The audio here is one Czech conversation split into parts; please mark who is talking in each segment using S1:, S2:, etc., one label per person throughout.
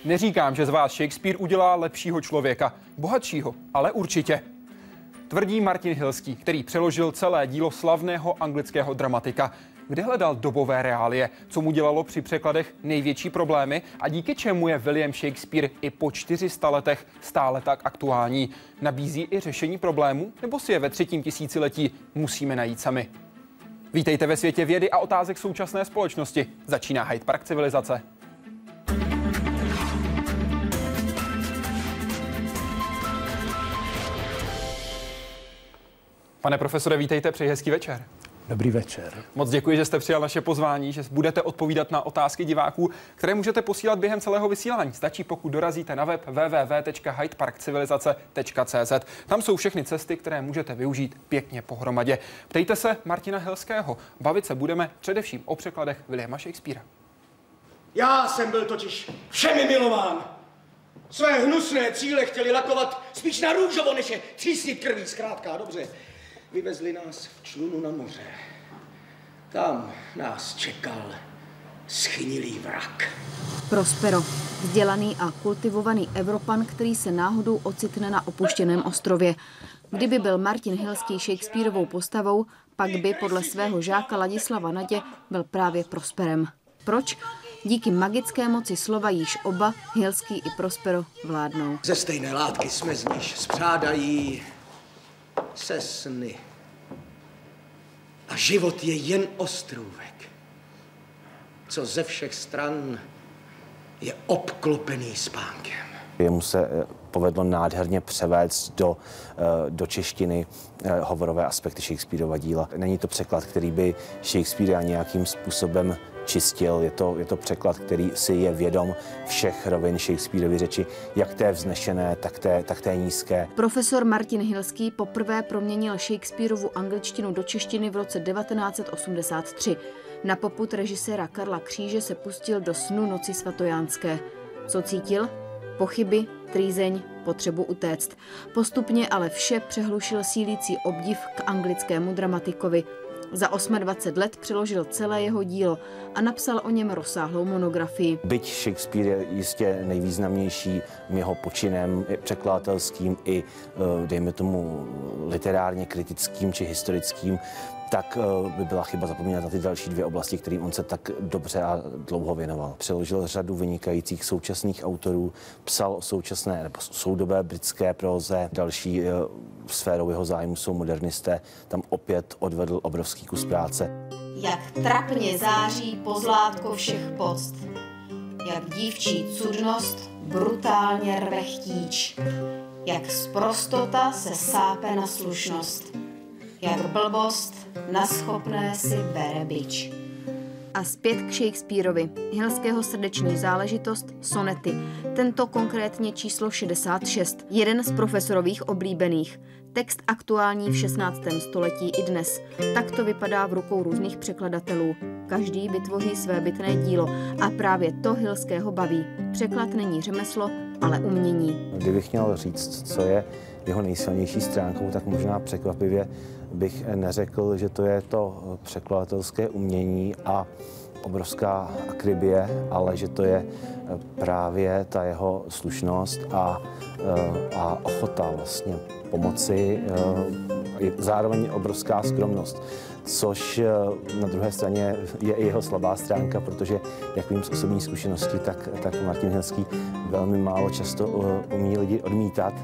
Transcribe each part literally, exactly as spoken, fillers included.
S1: Neříkám, že z vás Shakespeare udělá lepšího člověka, bohatšího, ale určitě. Tvrdí Martin Hilský, který přeložil celé dílo slavného anglického dramatika. Kde hledal dobové reálie, co mu dělalo při překladech největší problémy a díky čemu je William Shakespeare i po čtyři sta letech stále tak aktuální. Nabízí i řešení problémů, nebo si je ve třetím tisíciletí musíme najít sami? Vítejte ve světě vědy a otázek současné společnosti. Začíná Hyde Park civilizace. Pane profesore, vítejte, přeji hezký večer.
S2: Dobrý večer.
S1: Moc děkuji, že jste přijal naše pozvání, že budete odpovídat na otázky diváků, které můžete posílat během celého vysílání. Stačí, pokud dorazíte na web w w w tečka hyde park civilizace tečka c z. Tam jsou všechny cesty, které můžete využít pěkně pohromadě. Ptejte se Martina Hilského. Bavit se budeme především o překladech Williama Shakespearea.
S3: Já jsem byl totiž všemi milován. Své hnusné cíle chtěli lakovat spíš na růžovo, než je třísnit krví. Zkrátka, dobře. Vyvezli nás v člunu na moře. Tam nás čekal schynilý vrak.
S4: Prospero, vzdělaný a kultivovaný Evropan, který se náhodou ocitne na opuštěném ostrově. Kdyby byl Martin Hilský Shakespearovou postavou, pak by podle svého žáka Ladislava Natě byl právě Prosperem. Proč? Díky magické moci slova již oba, Hilský i Prospero, vládnou.
S3: Ze stejné látky jsme z níž spřádají se sny. A život je jen ostrůvek, co ze všech stran je obklopený spánkem.
S5: Jemu se povedlo nádherně převést do, do češtiny hovorové aspekty Shakespearova díla. Není to překlad, který by Shakespearea nějakým způsobem čistil. Je to, je to překlad, který si je vědom všech rovin Shakespearovy řeči, jak té vznešené, tak té, tak té nízké.
S4: Profesor Martin Hilský poprvé proměnil Shakespearovu angličtinu do češtiny v roce devatenáct set osmdesát tři. Na popud režiséra Karla Kříže se pustil do Snu noci svatojánské. Co cítil? Pochyby, trýzeň, potřebu utéct. Postupně ale vše přehlušil sílící obdiv k anglickému dramatikovi. Za dvacet osm let přeložil celé jeho dílo a napsal o něm rozsáhlou monografii.
S5: Byť Shakespeare je jistě nejvýznamnějším jeho počinem překladatelským i, dejme tomu, literárně kritickým či historickým, tak by byla chyba zapomínat na ty další dvě oblasti, kterým on se tak dobře a dlouho věnoval. Přeložil řadu vynikajících současných autorů, psal o současné nebo soudobé britské próze. Další sférou jeho zájmu jsou modernisté. Tam opět odvedl obrovský kus práce.
S4: Jak trapně září pozlátko všech post, jak dívčí cudnost brutálně rve chtíč, jak sprostota se sápe na slušnost, jak blbost na schopné si bere bič. A zpět k Shakespearovi. Hilského srdeční záležitost, sonety. Tento konkrétně číslo šedesát šest. Jeden z profesorových oblíbených. Text aktuální v šestnáctém století i dnes. Tak to vypadá v rukou různých překladatelů. Každý vytvoří své bytné dílo a právě to Hilského baví. Překlad není řemeslo, ale umění.
S5: Kdybych měl říct, co je jeho nejsilnější stránkou, tak možná překvapivě bych neřekl, že to je to překladatelské umění a obrovská akribie, ale že to je právě ta jeho slušnost a, a ochota vlastně pomoci, zároveň obrovská skromnost, což na druhé straně je i jeho slabá stránka, protože jak vím z osobní zkušenosti, tak, tak Martin Hilský velmi málo často umí lidi odmítat.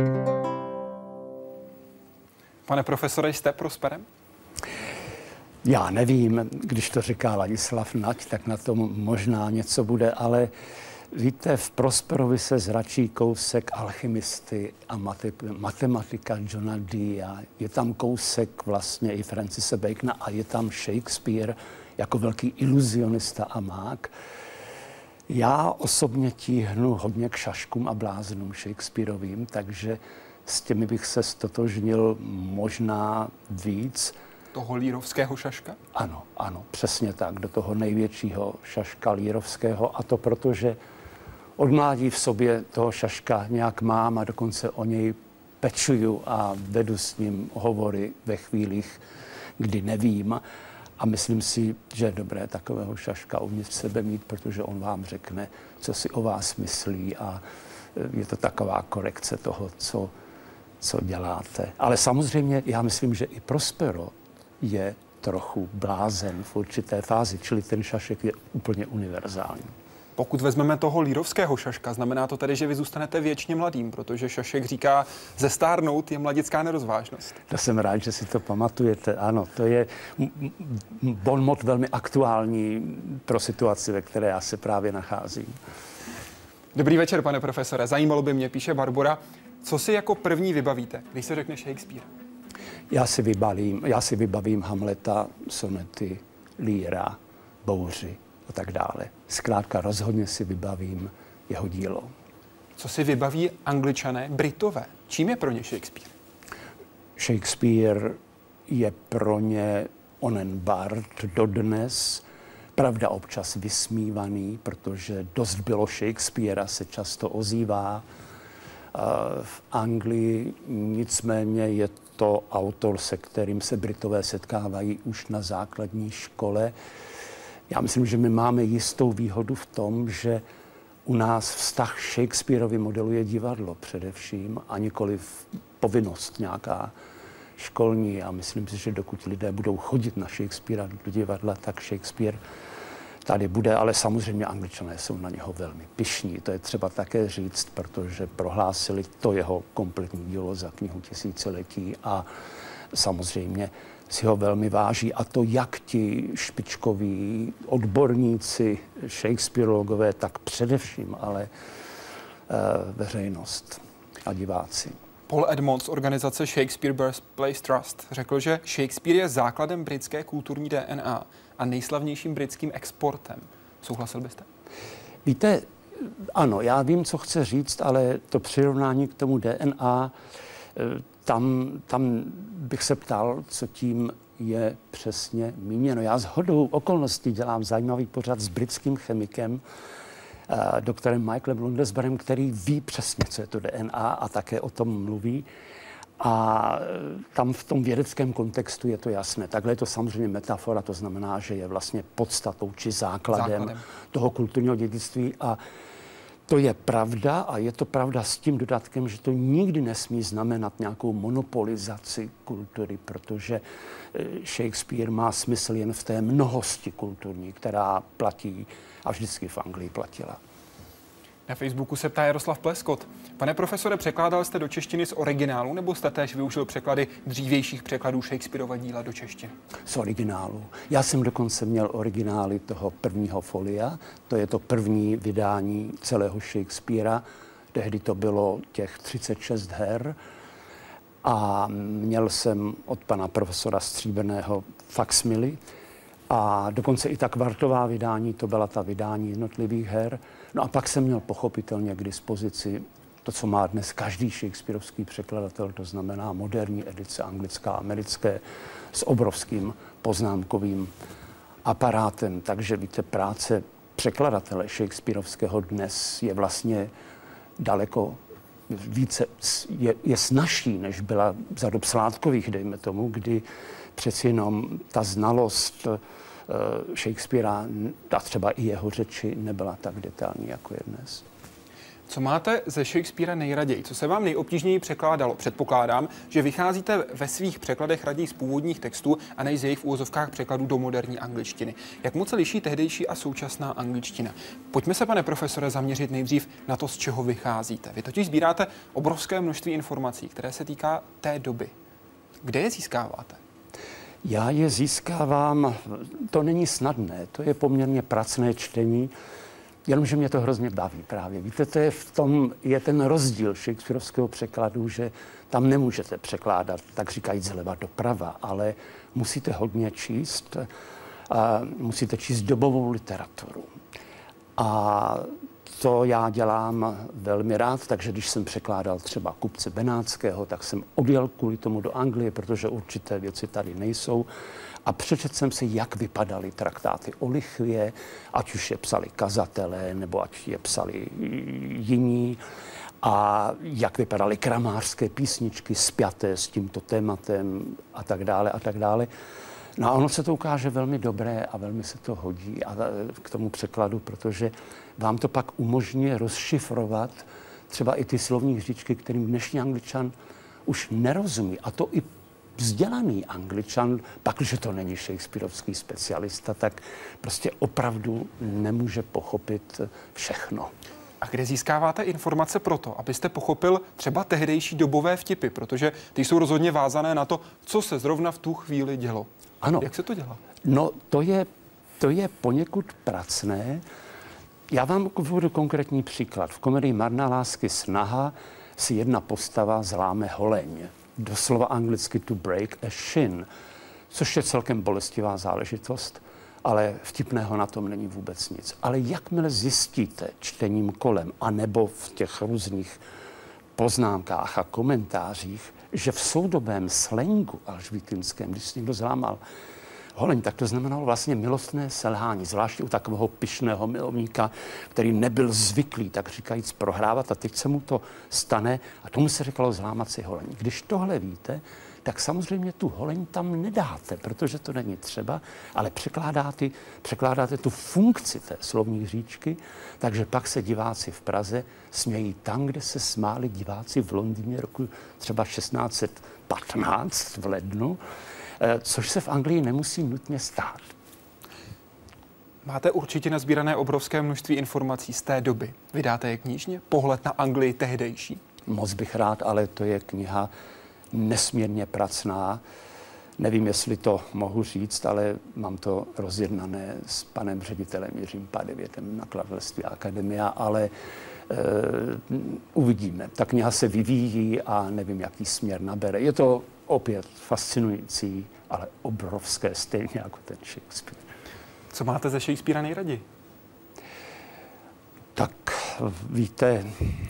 S1: Pane profesore, jste Prosperem?
S2: Já nevím, když to říká Ladislav Nať, tak na tom možná něco bude, ale víte, v Prosperovi se zračí kousek alchymisty a matematika Johna Dee. Je tam kousek vlastně i Francise Bacona a je tam Shakespeare jako velký iluzionista a mák. Já osobně tíhnu hodně k šaškům a bláznům Shakespearovým, takže s těmi bych se stotožnil možná víc.
S1: Toho lírovského šaška?
S2: Ano, ano, přesně tak, do toho největšího šaška lírovského. A to proto, že od mládí v sobě toho šaška nějak mám a dokonce o něj pečuju a vedu s ním hovory ve chvílích, kdy nevím. A myslím si, že je dobré takového šaška uvnitř sebe mít, protože on vám řekne, co si o vás myslí a je to taková korekce toho, co, co děláte. Ale samozřejmě já myslím, že i Prospero je trochu blázen v určité fázi, čili ten šašek je úplně univerzální.
S1: Pokud vezmeme toho lírovského šaška, znamená to tedy, že vy zůstanete věčně mladým, protože šašek říká, zestárnout je mladická nerozvážnost.
S2: To jsem rád, že si to pamatujete. Ano, to je bon mot velmi aktuální pro situaci, ve které já se právě nacházím.
S1: Dobrý večer, pane profesore. Zajímalo by mě, píše Barbora, co si jako první vybavíte, když se řekne Shakespeare?
S2: Já si vybavím, já si vybavím Hamleta, sonety, Líra, Bouři a tak dále. Zkrátka rozhodně si vybavím jeho dílo.
S1: Co si vybaví Angličané, Britové? Čím je pro ně Shakespeare?
S2: Shakespeare je pro ně onen bard dodnes, pravda občas vysmívaný, protože dost bylo Shakespearea se často ozývá v Anglii, nicméně je to autor, se kterým se Britové setkávají už na základní škole. Já myslím, že my máme jistou výhodu v tom, že u nás vztah Shakespeareovi modeluje divadlo především a nikoliv povinnost nějaká školní. A myslím si, že dokud lidé budou chodit na Shakespearea do divadla, tak Shakespeare tady bude, ale samozřejmě Angličané jsou na něho velmi pyšní. To je třeba také říct, protože prohlásili to jeho kompletní dílo za knihu tisíciletí a samozřejmě si ho velmi váží. A to jak ti špičkoví odborníci, Shakespeareologové, tak především, ale uh, veřejnost a diváci.
S1: Paul Edmonds z organizace Shakespeare Birthplace Trust řekl, že Shakespeare je základem britské kulturní D N A a nejslavnějším britským exportem. Souhlasil byste?
S2: Víte, ano, já vím, co chce říct, ale to přirovnání k tomu D N A, tam, tam bych se ptal, co tím je přesně míněno. Já shodou okolností dělám zajímavý pořad s britským chemikem, doktorem Michaelem Lundesberem, který ví přesně, co je to D N A a také o tom mluví. A tam v tom vědeckém kontextu je to jasné. Takhle je to samozřejmě metafora, to znamená, že je vlastně podstatou či základem, základem. toho kulturního dědictví. A to je pravda a je to pravda s tím dodatkem, že to nikdy nesmí znamenat nějakou monopolizaci kultury, protože Shakespeare má smysl jen v té mnohosti kulturní, která platí a vždycky v Anglii platila.
S1: Na Facebooku se ptá Jaroslav Pleskot. Pane profesore, překládal jste do češtiny z originálu, nebo jste též využil překlady dřívějších překladů Shakespearova díla do češtiny?
S2: Z originálu. Já jsem dokonce měl originály toho prvního folia, to je to první vydání celého Shakespearea. Tehdy to bylo těch třicet šest her a měl jsem od pana profesora Stříbrného faxmily. A dokonce i ta kvartová vydání, to byla ta vydání jednotlivých her. No a pak jsem měl pochopitelně k dispozici to, co má dnes každý shakespearovský překladatel, to znamená moderní edice anglická, americké, s obrovským poznámkovým aparátem. Takže víte, práce překladatele shakespearovského dnes je vlastně daleko více, je, je snazší, než byla za dob Sládkových, dejme tomu, kdy přeci jenom ta znalost Shakespearea a třeba i jeho řeči nebyla tak detailní, jako je dnes.
S1: Co máte ze Shakespearea nejraději? Co se vám nejobtížněji překládalo? Předpokládám, že vycházíte ve svých překladech raději z původních textů a ne z jejich v úvozovkách překladů do moderní angličtiny. Jak moc se liší tehdejší a současná angličtina? Pojďme se, pane profesore, zaměřit nejdřív na to, z čeho vycházíte. Vy totiž sbíráte obrovské množství informací, které se týká té doby. Kde je získáváte?
S2: Já je získávám, to není snadné, to je poměrně pracné čtení, jenomže mě to hrozně baví právě. Víte, to je v tom, je ten rozdíl shakespearovského překladu, že tam nemůžete překládat, tak říkajíc, zleva doprava, ale musíte hodně číst, a musíte číst dobovou literaturu. A to já dělám velmi rád, takže když jsem překládal třeba Kupce Benátského, tak jsem odjel kvůli tomu do Anglie, protože určité věci tady nejsou. A přečetl jsem si, jak vypadaly traktáty o lichvě, ať už je psali kazatelé, nebo ať je psali jiní, a jak vypadaly kramářské písničky spjaté s tímto tématem a tak dále a tak dále. No a ono se to ukáže velmi dobré a velmi se to hodí a k tomu překladu, protože vám to pak umožňuje rozšifrovat třeba i ty slovní hříčky, kterým dnešní Angličan už nerozumí. A to i vzdělaný Angličan, pak, když to není shakespearovský specialista, tak prostě opravdu nemůže pochopit všechno.
S1: A kde získáváte informace pro to, abyste pochopil třeba tehdejší dobové vtipy, protože ty jsou rozhodně vázané na to, co se zrovna v tu chvíli dělo.
S2: Ano.
S1: Jak se to dělá?
S2: No, to je, to je poněkud pracné. Já vám uvedu konkrétní příklad. V komedii Marná lásky snaha si jedna postava zláme holeň. Doslova anglicky to break a shin, což je celkem bolestivá záležitost, ale vtipného na tom není vůbec nic. Ale jakmile zjistíte čtením kolem, anebo v těch různých poznámkách a komentářích, že v soudobém slangu alžbítinském, když si někdo zlámal holeň, tak to znamenalo vlastně milostné selhání, zvláště u takového pyšného milovníka, který nebyl zvyklý, tak říkajíc, prohrávat a teď se mu to stane a tomu se říkalo zlámat si holeň. Když tohle víte, tak samozřejmě tu holeň tam nedáte, protože to není třeba, ale překládáte, překládáte tu funkci té slovní hříčky, takže pak se diváci v Praze smějí tam, kde se smáli diváci v Londýně roku třeba šestnáct set patnáct v lednu, což se v Anglii nemusí nutně stát.
S1: Máte určitě nazbírané obrovské množství informací z té doby. Vydáte je knižně? Pohled na Anglii tehdejší?
S2: Moc bych rád, ale to je kniha nesmírně pracná. Nevím, jestli to mohu říct, ale mám to rozjednané s panem ředitelem Jiřím Padevětem nakladatelství Akademia, ale e, uvidíme. Ta kniha se vyvíjí a nevím, jaký směr nabere. Je to opět fascinující, ale obrovské, stejně jako ten Shakespeare.
S1: Co máte ze Shakespearea nejraději?
S2: Tak víte,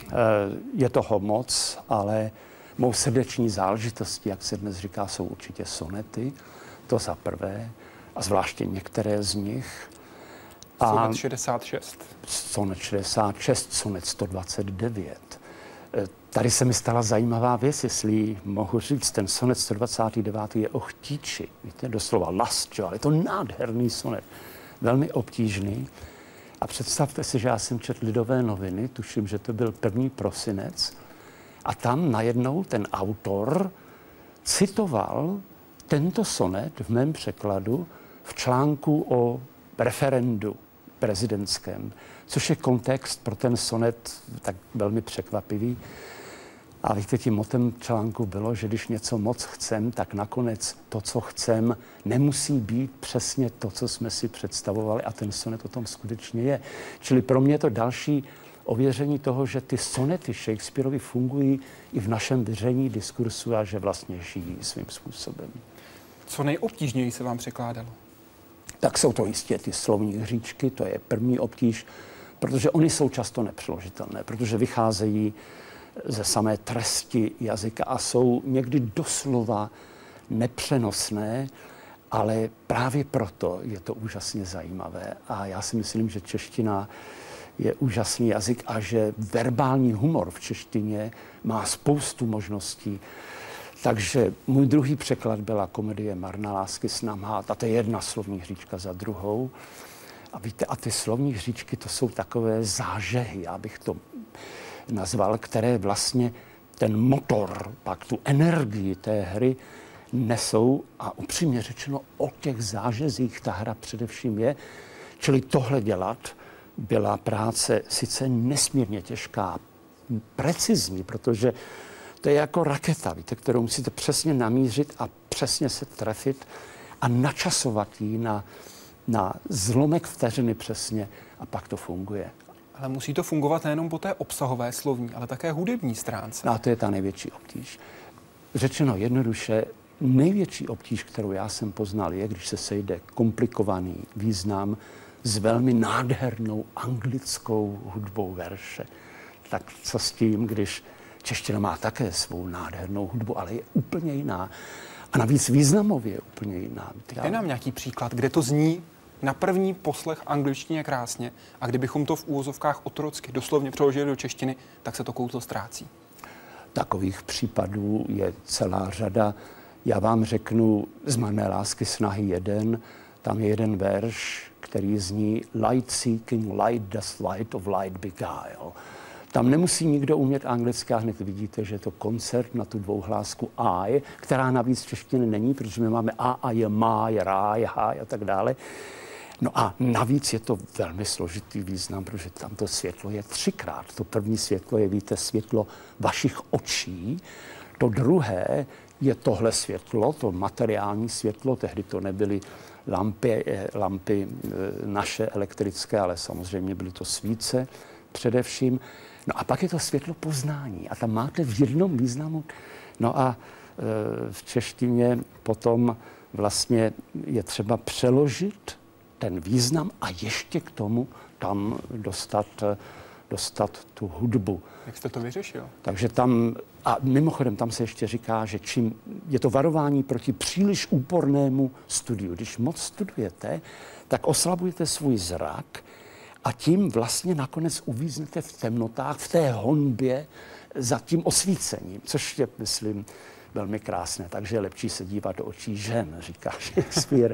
S2: je toho moc, ale mou srdeční záležitostí, jak se dnes říká, jsou určitě sonety, to za prvé, a zvláště některé z nich.
S1: A sonet šedesát šest.
S2: Sonet šedesát šest, sonet sto dvacet devět. Tady se mi stala zajímavá věc, jestli mohu říct, ten sonet sto dvacet devět je o chtíči, víte, doslova last, ale je to nádherný sonet, velmi obtížný. A představte si, že já jsem četl Lidové noviny, tuším, že to byl první prosinec, a tam najednou ten autor citoval tento sonet v mém překladu v článku o referendu prezidentském, což je kontext pro ten sonet tak velmi překvapivý. A víte, tím motem článku bylo, že když něco moc chcem, tak nakonec to, co chcem, nemusí být přesně to, co jsme si představovali, a ten sonet o tom skutečně je. Čili pro mě je to další ověření toho, že ty sonety Shakespeareovi fungují i v našem veřejní diskursu a že vlastně žijí svým způsobem.
S1: Co nejobtížněji se vám překládalo?
S2: Tak jsou to jistě ty slovní hříčky, to je první obtíž, protože oni jsou často nepřeložitelné, protože vycházejí ze samé tresti jazyka a jsou někdy doslova nepřenosné, ale právě proto je to úžasně zajímavé. A já si myslím, že čeština je úžasný jazyk a že verbální humor v češtině má spoustu možností. Takže můj druhý překlad byla komedie Marná lásky snaha, a to je jedna slovní hříčka za druhou. A víte, a ty slovní hříčky, to jsou takové zážehy, já bych to nazval, které vlastně ten motor, pak tu energii té hry nesou a upřímně řečeno o těch zážezích ta hra především je. Čili tohle dělat byla práce sice nesmírně těžká, precizní, protože to je jako raketa, víte, kterou musíte přesně namířit a přesně se trefit a načasovat ji na, na zlomek vteřiny přesně a pak to funguje.
S1: Ale musí to fungovat nejenom po té obsahové slovní, ale také hudební stránce.
S2: No a to je ta největší obtíž. Řečeno jednoduše, největší obtíž, kterou já jsem poznal, je, když se sejde komplikovaný význam s velmi nádhernou anglickou hudbou verše. Tak co s tím, když čeština má také svou nádhernou hudbu, ale je úplně jiná. A navíc významově je úplně jiná.
S1: Je nám nějaký příklad, kde to zní na první poslech angličtině krásně a kdybychom to v úvozovkách otrocky doslovně přeložili do češtiny, tak se to kouzlo ztrácí.
S2: Takových případů je celá řada. Já vám řeknu z Marné lásky snahy jeden, tam je jeden verš, který zní Light seeking, light does light of light beguile. Tam nemusí nikdo umět anglicky a hned vidíte, že je to koncert na tu dvouhlásku I, která navíc v češtině není, protože my máme A a je má, je rá, je há a tak dále. No a navíc je to velmi složitý význam, protože tam to světlo je třikrát. To první světlo je, víte, světlo vašich očí. To druhé je tohle světlo, to materiální světlo, tehdy to nebyly lampy, lampy naše elektrické, ale samozřejmě byly to svíce především. No a pak je to světlo poznání a tam máte v jednom významu. No a e, v češtině potom vlastně je třeba přeložit ten význam a ještě k tomu tam dostat, dostat tu hudbu.
S1: Jak jste to vyřešil?
S2: Takže tam, a mimochodem tam se ještě říká, že čím je to varování proti příliš úpornému studiu. Když moc studujete, tak oslabujete svůj zrak a tím vlastně nakonec uvíznete v temnotách, v té honbě za tím osvícením, což je, myslím, velmi krásné. Takže je lepší se dívat do očí žen, říká Shakespeare.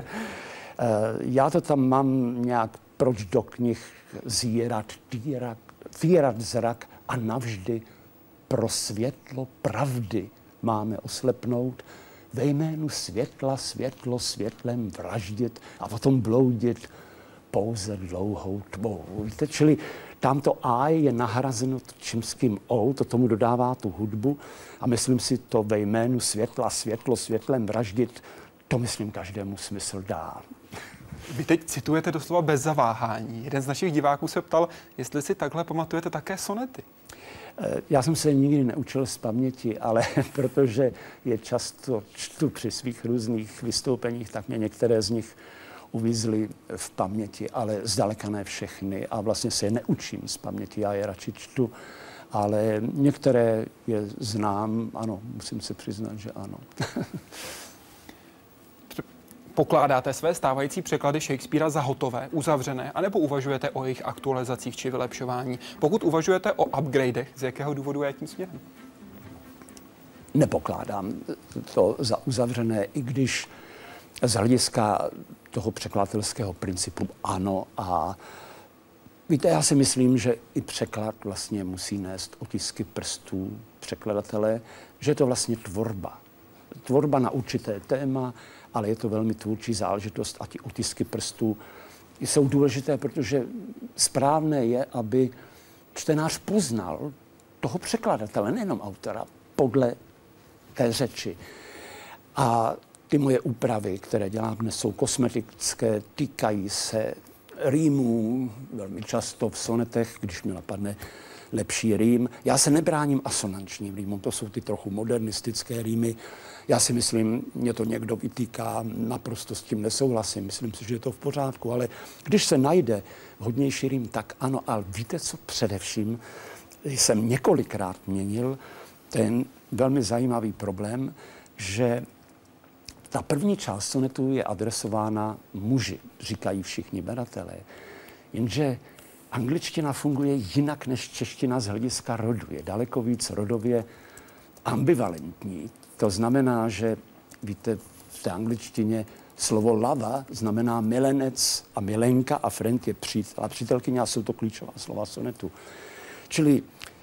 S2: Já to tam mám nějak proč do knih zírat, týrat, týrat zrak a navždy pro světlo pravdy máme oslepnout, ve jménu světla světlo světlem vraždit a potom bloudit pouze dlouhou tmou. Víte, čili tamto I je nahrazeno čímským O, to tomu dodává tu hudbu a myslím si to ve jménu světla světlo světlem vraždit, to myslím každému smysl dá.
S1: Vy teď citujete doslova bez zaváhání. Jeden z našich diváků se ptal, jestli si takhle pamatujete také sonety.
S2: Já jsem se nikdy neučil z paměti, ale protože je často čtu při svých různých vystoupeních, tak mě některé z nich uvízly v paměti, ale zdaleka ne všechny a vlastně se je neučím z paměti, já je radši čtu, ale některé je znám, ano, musím se přiznat, že ano.
S1: Pokládáte své stávající překlady Shakespearea za hotové, uzavřené, anebo uvažujete o jejich aktualizacích či vylepšování? Pokud uvažujete o upgradech, z jakého důvodu je tím směrem?
S2: Nepokládám to za uzavřené, i když z hlediska toho překladatelského principu ano. A víte, já si myslím, že i překlad vlastně musí nést otisky prstů překladatele, že je to vlastně tvorba. Tvorba na určité téma, ale je to velmi tvůrčí záležitost a ti otisky prstů jsou důležité, protože správné je, aby čtenář poznal toho překladatele, nejenom autora, podle té řeči. A ty moje úpravy, které dělám dnes, jsou kosmetické, týkají se rýmů, velmi často v sonetech, když mi napadne lepší rým. Já se nebráním asonančním rýmům, to jsou ty trochu modernistické rýmy. Já si myslím, mě to někdo vytýká, naprosto s tím nesouhlasím, myslím si, že je to v pořádku, ale když se najde vhodnější rým, tak ano, ale víte co, především jsem několikrát měnil ten velmi zajímavý problém, že ta první část sonetu je adresována muži, říkají všichni badatelé, jenže angličtina funguje jinak než čeština z hlediska rodu. Je daleko víc rodově ambivalentní. To znamená, že víte, v té angličtině slovo lava znamená milenec a milenka a friend je přítel a přítelkyně a jsou to klíčová slova sonetu. Čili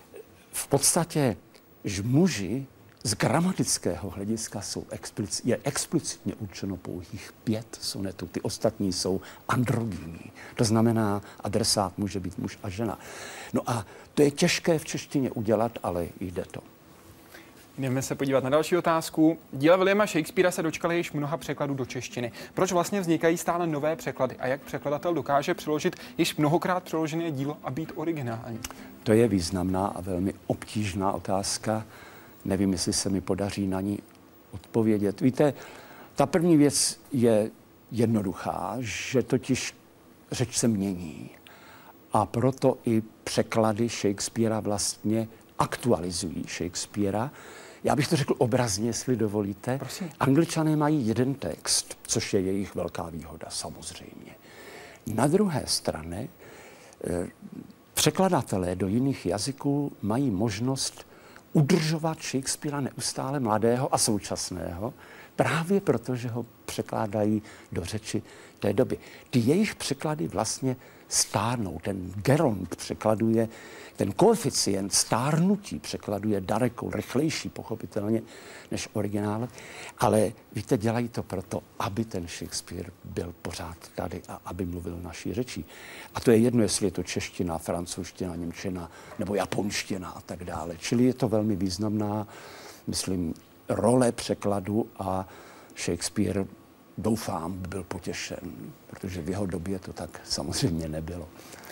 S2: v podstatě že muži z gramatického hlediska jsou explic, je explicitně určeno pouhých pět sonetů. Ty ostatní jsou androgynní. To znamená, adresát může být muž a žena. No a to je těžké v češtině udělat, ale jde to.
S1: Jdeme se podívat na další otázku. Díla Williama Shakespearea se dočkaly již mnoha překladů do češtiny. Proč vlastně vznikají stále nové překlady a jak překladatel dokáže přeložit již mnohokrát přeložené dílo a být originální?
S2: To je významná a velmi obtížná otázka. Nevím, jestli se mi podaří na ní odpovědět. Víte, ta první věc je jednoduchá, že totiž řeč se mění. A proto i překlady Shakespearea vlastně aktualizují Shakespearea. Já bych to řekl obrazně, jestli dovolíte.
S1: Prosím.
S2: Angličané mají jeden text, což je jejich velká výhoda, samozřejmě. Na druhé straně překladatelé do jiných jazyků mají možnost udržovat Shakespearea neustále mladého a současného, právě proto, že ho překládají do řeči té doby. Ty jejich překlady vlastně stárnou. Ten gerund překladuje, ten koeficient stárnutí překladuje daleko rychlejší, pochopitelně, než originál. Ale víte, dělají to proto, aby ten Shakespeare byl pořád tady a aby mluvil naší řečí. A to je jedno, jestli je to čeština, francouzština, němčina nebo japonština a tak dále. Čili je to velmi významná, myslím, role překladu a Shakespeare, doufám, byl potěšen, protože v jeho době to tak samozřejmě nebylo.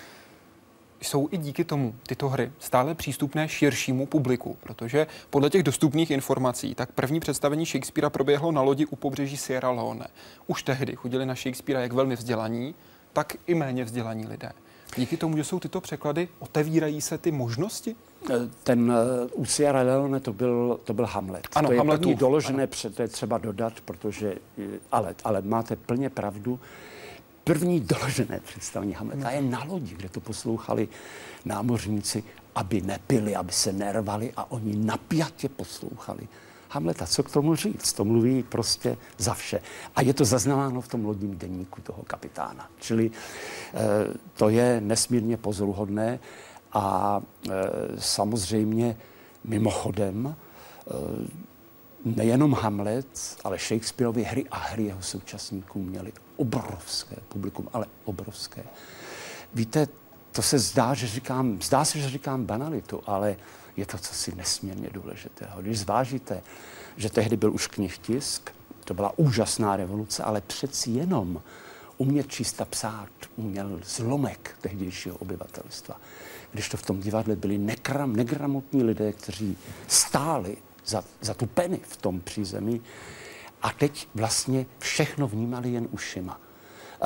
S1: Jsou i díky tomu tyto hry stále přístupné širšímu publiku, protože podle těch dostupných informací tak první představení Shakespearea proběhlo na lodi u pobřeží Sierra Leone. Už tehdy chodili na Shakespearea jak velmi vzdělaní, tak i méně vzdělaní lidé. Díky tomu, že jsou tyto překlady, otevírají se ty možnosti?
S2: Ten u Sierra Leone to byl, to byl Hamlet.
S1: Ano,
S2: to je
S1: Hamletův,
S2: první doložené, to je třeba dodat, protože, ale, ale máte plně pravdu, první doložené představení Hamleta je na lodi, kde to poslouchali námořníci, aby nepili, aby se nervali a oni napjatě poslouchali Hamleta. Co k tomu říct? To mluví prostě za vše. A je to zaznamenáno v tom lodním deníku toho kapitána. Čili e, to je nesmírně pozoruhodné a e, samozřejmě mimochodem e, nejenom Hamlet, ale Shakespeareovy hry a hry jeho současníků měly obrovské publikum, ale obrovské. Víte, to se zdá, že říkám, zdá se, že říkám banalitu, ale je to cosi nesmírně důležitého. Když zvážíte, že tehdy byl už knihtisk, to byla úžasná revoluce, ale přeci jenom umět číst a psát uměl zlomek tehdejšího obyvatelstva. Když to v tom divadle byli nekram, negramotní lidé, kteří stáli Za, za tu penny v tom přízemí a teď vlastně všechno vnímali jen ušima. Uh,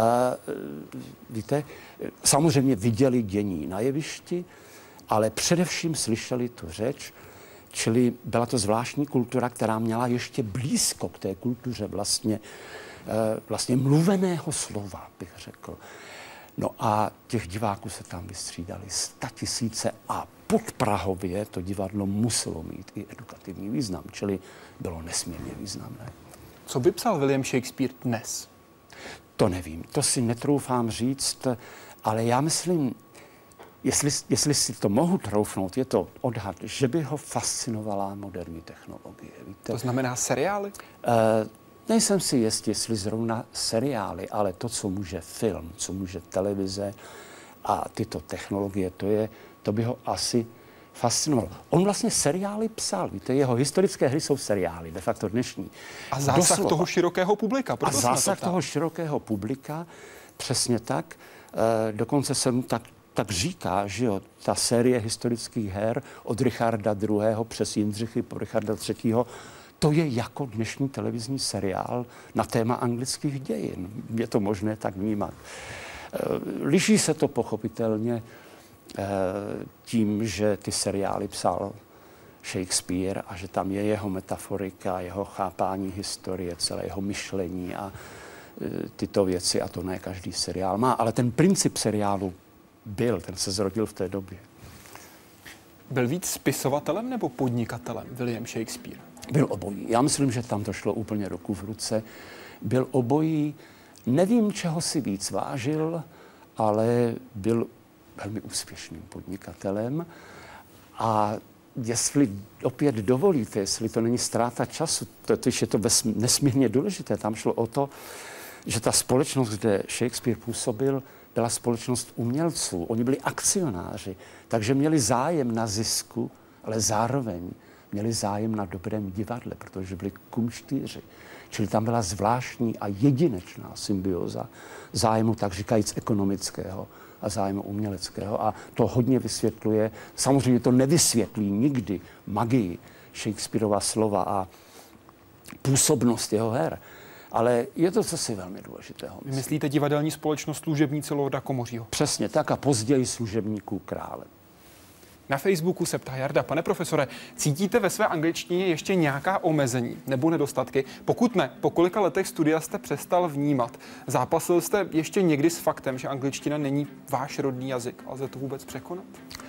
S2: víte, samozřejmě viděli dění na jevišti, ale především slyšeli tu řeč, čili byla to zvláštní kultura, která měla ještě blízko k té kultuře vlastně, uh, vlastně mluveného slova, bych řekl. No a těch diváků se tam vystřídali statisíce a podprahově to divadlo muselo mít i edukativní význam, čili bylo nesmírně významné.
S1: Co by psal William Shakespeare dnes?
S2: To nevím, to si netroufám říct, ale já myslím, jestli, jestli si to mohu troufnout, je to odhad, že by ho fascinovala moderní technologie. Víte?
S1: To znamená seriály?
S2: Uh, Nejsem si jist, jestli zrovna seriály, ale to, co může film, co může televize a tyto technologie, to, je, to by ho asi fascinovalo. On vlastně seriály psal, víte, jeho historické hry jsou seriály, de facto dnešní.
S1: A zásah Doslova. toho širokého publika.
S2: A zásah to toho širokého publika, přesně tak. E, dokonce se mu tak, tak říká, že jo, ta série historických her od Richarda druhého. přes Jindřichy po Richarda třetího. To je jako dnešní televizní seriál na téma anglických dějin. Je to možné tak vnímat. Liší se to pochopitelně tím, že ty seriály psal Shakespeare a že tam je jeho metaforika, jeho chápání historie, celé jeho myšlení a tyto věci, a to ne každý seriál má. Ale ten princip seriálu byl, ten se zrodil v té době.
S1: Byl víc spisovatelem nebo podnikatelem William Shakespeare?
S2: Byl obojí. Já myslím, že tam to šlo úplně ruku v ruce. Byl obojí. Nevím, čeho si víc vážil, ale byl velmi úspěšným podnikatelem. A jestli opět dovolíte, jestli to není ztráta času, totiž je to nesmírně důležité. Tam šlo o to, že ta společnost, kde Shakespeare působil, byla společnost umělců. Oni byli akcionáři, takže měli zájem na zisku, ale zároveň měli zájem na dobrém divadle, protože byli kumštýři. Čili tam byla zvláštní a jedinečná symbioza zájmu, tak říkajíc, ekonomického a zájmu uměleckého. A to hodně vysvětluje, samozřejmě to nevysvětlí nikdy magii Shakespearova slova a působnost jeho her, ale je to cosi velmi důležitého.
S1: Vy myslíte divadelní společnost služebníci Lorda Komořího?
S2: Přesně tak a později služebníků krále.
S1: Na Facebooku se ptá Jarda: pane profesore, cítíte ve své angličtině ještě nějaká omezení nebo nedostatky? Pokud ne, po kolika letech studia jste přestal vnímat? Zápasil jste ještě někdy s faktem, že angličtina není váš rodný jazyk? Lze to vůbec překonat?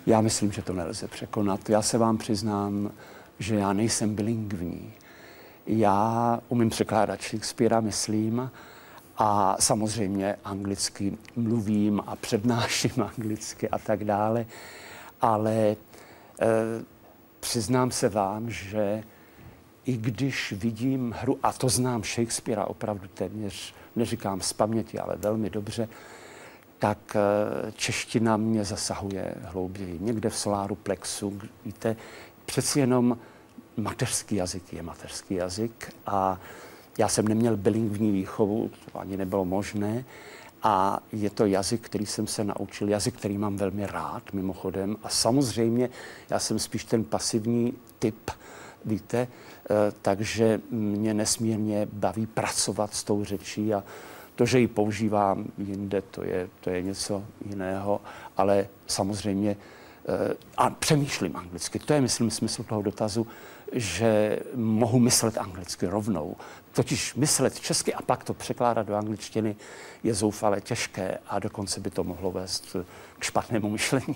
S2: Já myslím, že to nelze překonat. Já se vám přiznám, že já nejsem bilingvní. Já umím překládat Shakespearea, myslím, a samozřejmě anglicky mluvím a přednáším anglicky a tak dále, ale e, přiznám se vám, že i když vidím hru, a to znám Shakespearea opravdu téměř, neříkám z paměti, ale velmi dobře, tak čeština mě zasahuje hlouběji. Někde v soláru plexu, víte, přeci jenom mateřský jazyk je mateřský jazyk a já jsem neměl bilingvní výchovu, to ani nebylo možné, a je to jazyk, který jsem se naučil, jazyk, který mám velmi rád mimochodem, a samozřejmě já jsem spíš ten pasivní typ, víte, takže mě nesmírně baví pracovat s tou řečí a to, že ji používám jinde, to je, to je něco jiného, ale samozřejmě a přemýšlím anglicky. To je, myslím, smysl toho dotazu, že mohu myslet anglicky rovnou. Totiž myslet česky a pak to překládat do angličtiny je zoufale těžké a dokonce by to mohlo vést k špatnému myšlení.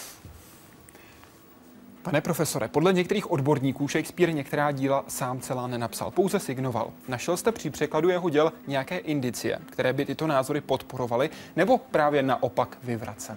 S1: Pane profesore, podle některých odborníků Shakespeare některá díla sám celá nenapsal, pouze signoval. Našel jste při překladu jeho děl nějaké indicie, které by tyto názory podporovaly, nebo právě naopak vyvracely?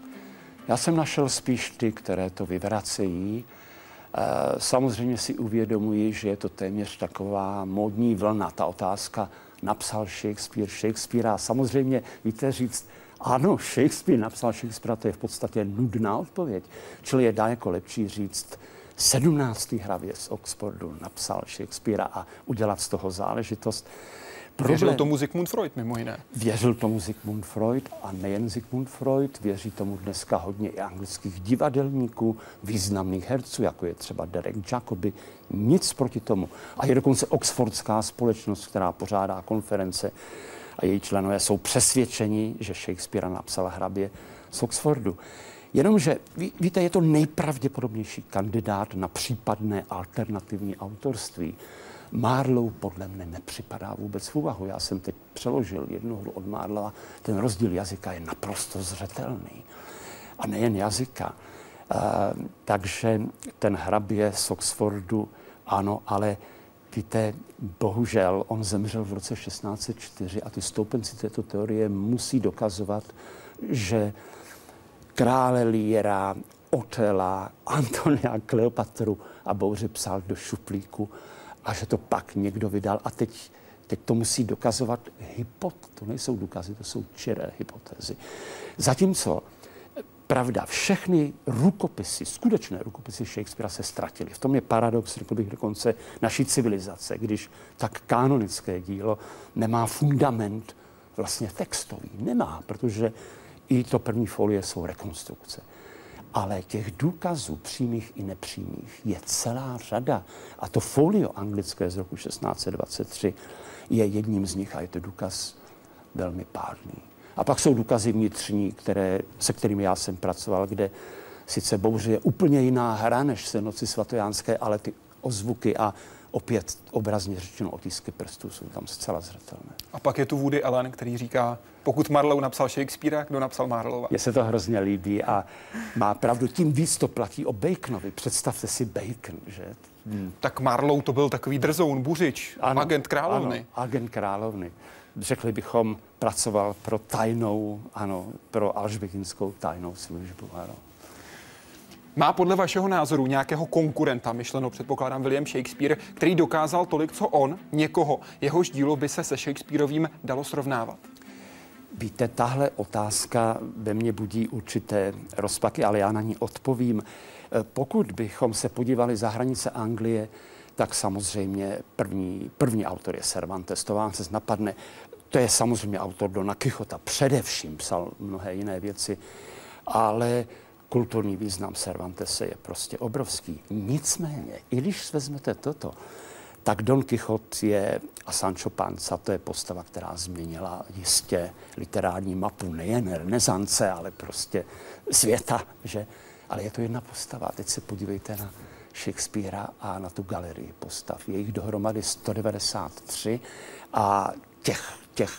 S2: Já jsem našel spíš ty, které to vyvracejí. Samozřejmě si uvědomuji, že je to téměř taková módní vlna, ta otázka, napsal Shakespeare, Shakespeare a samozřejmě, víte říct, ano, Shakespeare napsal Shakespearea, to je v podstatě nudná odpověď. Čili je daleko lepší říct, sedmnáctý hrabě z Oxfordu napsal Shakespearea a udělat z toho záležitost.
S1: Problém... Věřil tomu Sigmund Freud, mimo jiné.
S2: Věřil tomu Sigmund Freud a nejen Sigmund Freud, věří tomu dneska hodně i anglických divadelníků, významných herců, jako je třeba Derek Jacobi, nic proti tomu. A je dokonce Oxfordská společnost, která pořádá konference a její členové jsou přesvědčeni, že Shakespearea napsal hrabě z Oxfordu. Jenomže, ví, víte, je to nejpravděpodobnější kandidát na případné alternativní autorství. Marlowe podle mne nepřipadá vůbec v úvahu. Já jsem teď přeložil jednu hru od Marlowa. Ten rozdíl jazyka je naprosto zřetelný. A nejen jazyka. E, takže ten hrabě z Oxfordu, ano, ale víte, bohužel on zemřel v roce šestnáct set čtyři a ty stoupenci této teorie musí dokazovat, že krále Leara, Otela, Antonia, Kleopatru a bouři psal do šuplíku a že to pak někdo vydal. A teď, teď to musí dokazovat hypot. To nejsou důkazy, to jsou čiré hypotézy. Zatímco, pravda, všechny rukopisy, skutečné rukopisy Shakespearea se ztratily. V tom je paradox, řekl bych dokonce, naší civilizace, když tak kanonické dílo nemá fundament vlastně textový. Nemá, protože i to první folie jsou rekonstrukce. Ale těch důkazů, přímých i nepřímých, je celá řada. A to folio anglické z roku šestnáct set dvacet tři je jedním z nich a je to důkaz velmi pádný. A pak jsou důkazy vnitřní, které, se kterými já jsem pracoval, kde sice bouře je úplně jiná hra, než se Noci svatojánské, ale ty ozvuky a opět obrazně řečeno otisky prstů jsou tam zcela zřetelné.
S1: A pak je tu Woody Allen, který říká, pokud Marlowe napsal Shakespearea, kdo napsal Marlowa?
S2: Mně se to hrozně líbí a má pravdu, tím víc to platí o Baconovi. Představte si Bacon, že?
S1: Hmm. Tak Marlowe to byl takový drzoun, buřič, ano, agent královny.
S2: Ano, agent královny. Řekli bychom, pracoval pro tajnou, ano, pro alžbětinskou tajnou službu, ano.
S1: Má podle vašeho názoru nějakého konkurenta, myšleno předpokládám William Shakespeare, který dokázal tolik, co on, někoho, jehož dílo by se se Shakespearovým dalo srovnávat?
S2: Víte, tahle otázka ve mně budí určité rozpaky, ale já na ní odpovím. Pokud bychom se podívali za hranice Anglie, tak samozřejmě první, první autor je Cervantes, to vám se napadne. To je samozřejmě autor Dona Quixota, především psal mnohé jiné věci, ale kulturní význam Cervantese je prostě obrovský. Nicméně, i když vezmete toto, tak Don Quixote je a Sancho Panza, to je postava, která změnila jistě literární mapu nejen renesance, ale prostě světa, že? Ale je to jedna postava. Teď se podívejte na Shakespearea a na tu galerii postav. Je jich dohromady sto devadesát tři a těch, těch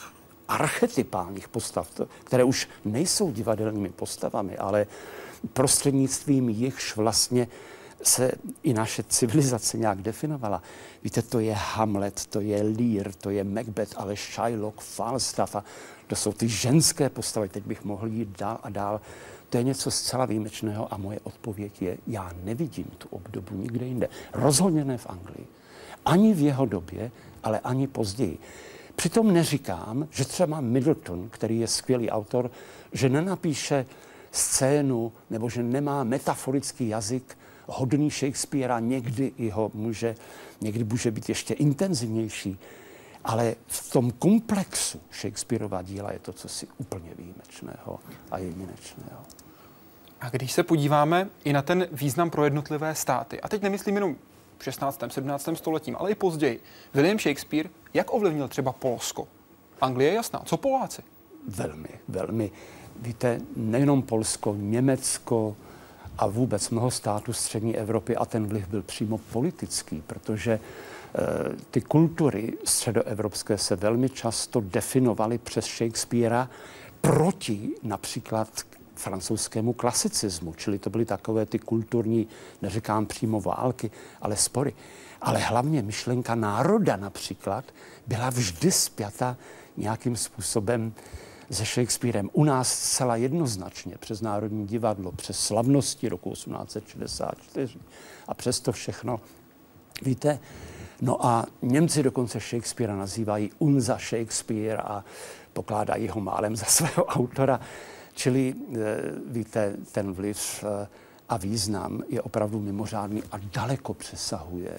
S2: archetypálních postav, které už nejsou divadelními postavami, ale prostřednictvím jichž vlastně se i naše civilizace nějak definovala. Víte, to je Hamlet, to je Lear, to je Macbeth, ale Shylock, Falstaff, a to jsou ty ženské postavy, teď bych mohl jít dál a dál. To je něco zcela výjimečného a moje odpověď je, já nevidím tu obdobu nikde jinde. Rozhodně ne v Anglii. Ani v jeho době, ale ani později. Přitom neříkám, že třeba Middleton, který je skvělý autor, že nenapíše scénu nebo že nemá metaforický jazyk hodný Shakespearea, někdy i ho může, někdy může být ještě intenzivnější. Ale v tom komplexu Shakespearova díla je to cosi úplně výjimečného a jedinečného.
S1: A když se podíváme i na ten význam pro jednotlivé státy, a teď nemyslím jenom v šestnáctém sedmnáctém stoletím, ale i později, William Shakespeare, jak ovlivnil třeba Polsko? Anglie je jasná, co Poláci?
S2: Velmi, velmi. Víte, nejenom Polsko, Německo a vůbec mnoho států střední Evropy, a ten vliv byl přímo politický, protože e, ty kultury středoevropské se velmi často definovaly přes Shakespearea proti například francouzskému klasicismu, čili to byly takové ty kulturní, neříkám přímo války, ale spory. Ale hlavně myšlenka národa například byla vždy spjata nějakým způsobem se Shakespearem. U nás zcela jednoznačně přes Národní divadlo, přes slavnosti roku osmnáct set šedesát čtyři a přes to všechno. Víte, no a Němci dokonce Shakespearea nazývají Unser Shakespeare a pokládají ho málem za svého autora. Čili, víte, ten vliv a význam je opravdu mimořádný a daleko přesahuje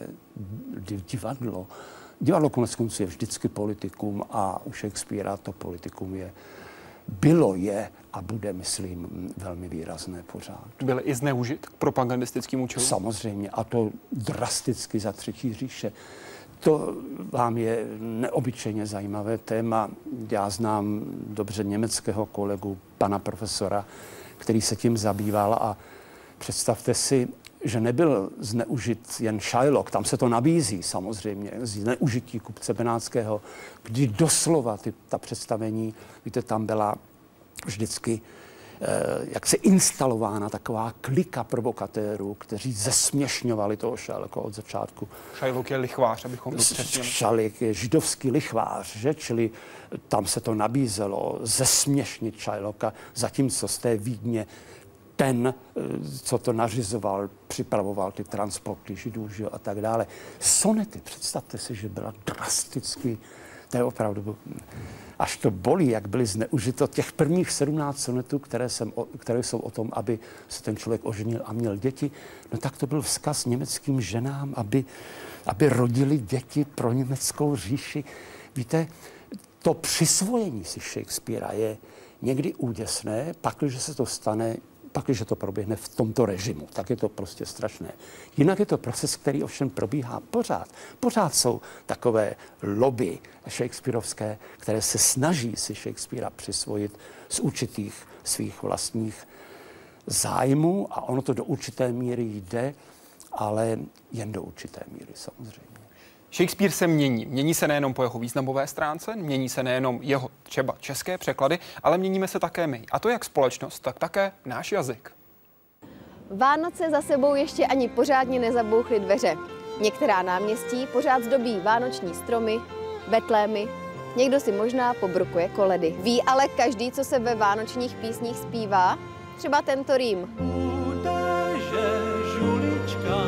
S2: divadlo. Divadlo konec konců je vždycky politikum a u Shakespearea to politikum je, bylo, je a bude, myslím, velmi výrazné pořád.
S1: Byly i zneužit k propagandistickým účelům?
S2: Samozřejmě, a to drasticky za třetí říše. To vám je neobyčejně zajímavé téma. Já znám dobře německého kolegu, pana profesora, který se tím zabýval a představte si, že nebyl zneužit jen Shylock, tam se to nabízí samozřejmě, zneužití kupce Benátského, kdy doslova ty, ta představení, víte, tam byla vždycky eh, jak se instalována taková klika provokatérů, kteří zesměšňovali toho Shylocka od začátku.
S1: Shylock je lichvář, abychom to přesně...
S2: Shylock je židovský lichvář, že? Čili tam se to nabízelo zesměšnit Shylocka, zatímco z té Vídně ten, co to nařizoval, připravoval ty transporty židů, že, a tak dále. Sonety, představte si, že byla drasticky, to je opravdu, až to bolí, jak byly zneužito těch prvních sedmnáct sonetů, které, jsem, které jsou o tom, aby se ten člověk oženil a měl děti, no tak to byl vzkaz německým ženám, aby, aby rodili děti pro německou říši. Víte, to přisvojení si Shakespearea je někdy úděsné, pakliže se to stane, pakliže to proběhne v tomto režimu, tak je to prostě strašné. Jinak je to proces, který ovšem probíhá pořád. Pořád jsou takové lobby shakespearovské, které se snaží si Shakespearea přisvojit z určitých svých vlastních zájmů a ono to do určité míry jde, ale jen do určité míry samozřejmě.
S1: Shakespeare se mění. Mění se nejenom po jeho významové stránce, mění se nejenom jeho třeba české překlady, ale měníme se také my. A to jak společnost, tak také náš jazyk.
S6: Vánoce za sebou ještě ani pořádně nezabouchly dveře. Některá náměstí pořád zdobí vánoční stromy, betlémy, někdo si možná pobrukuje koledy. Ví ale každý, co se ve vánočních písních zpívá? Třeba tento rým.
S7: Udeře žulička,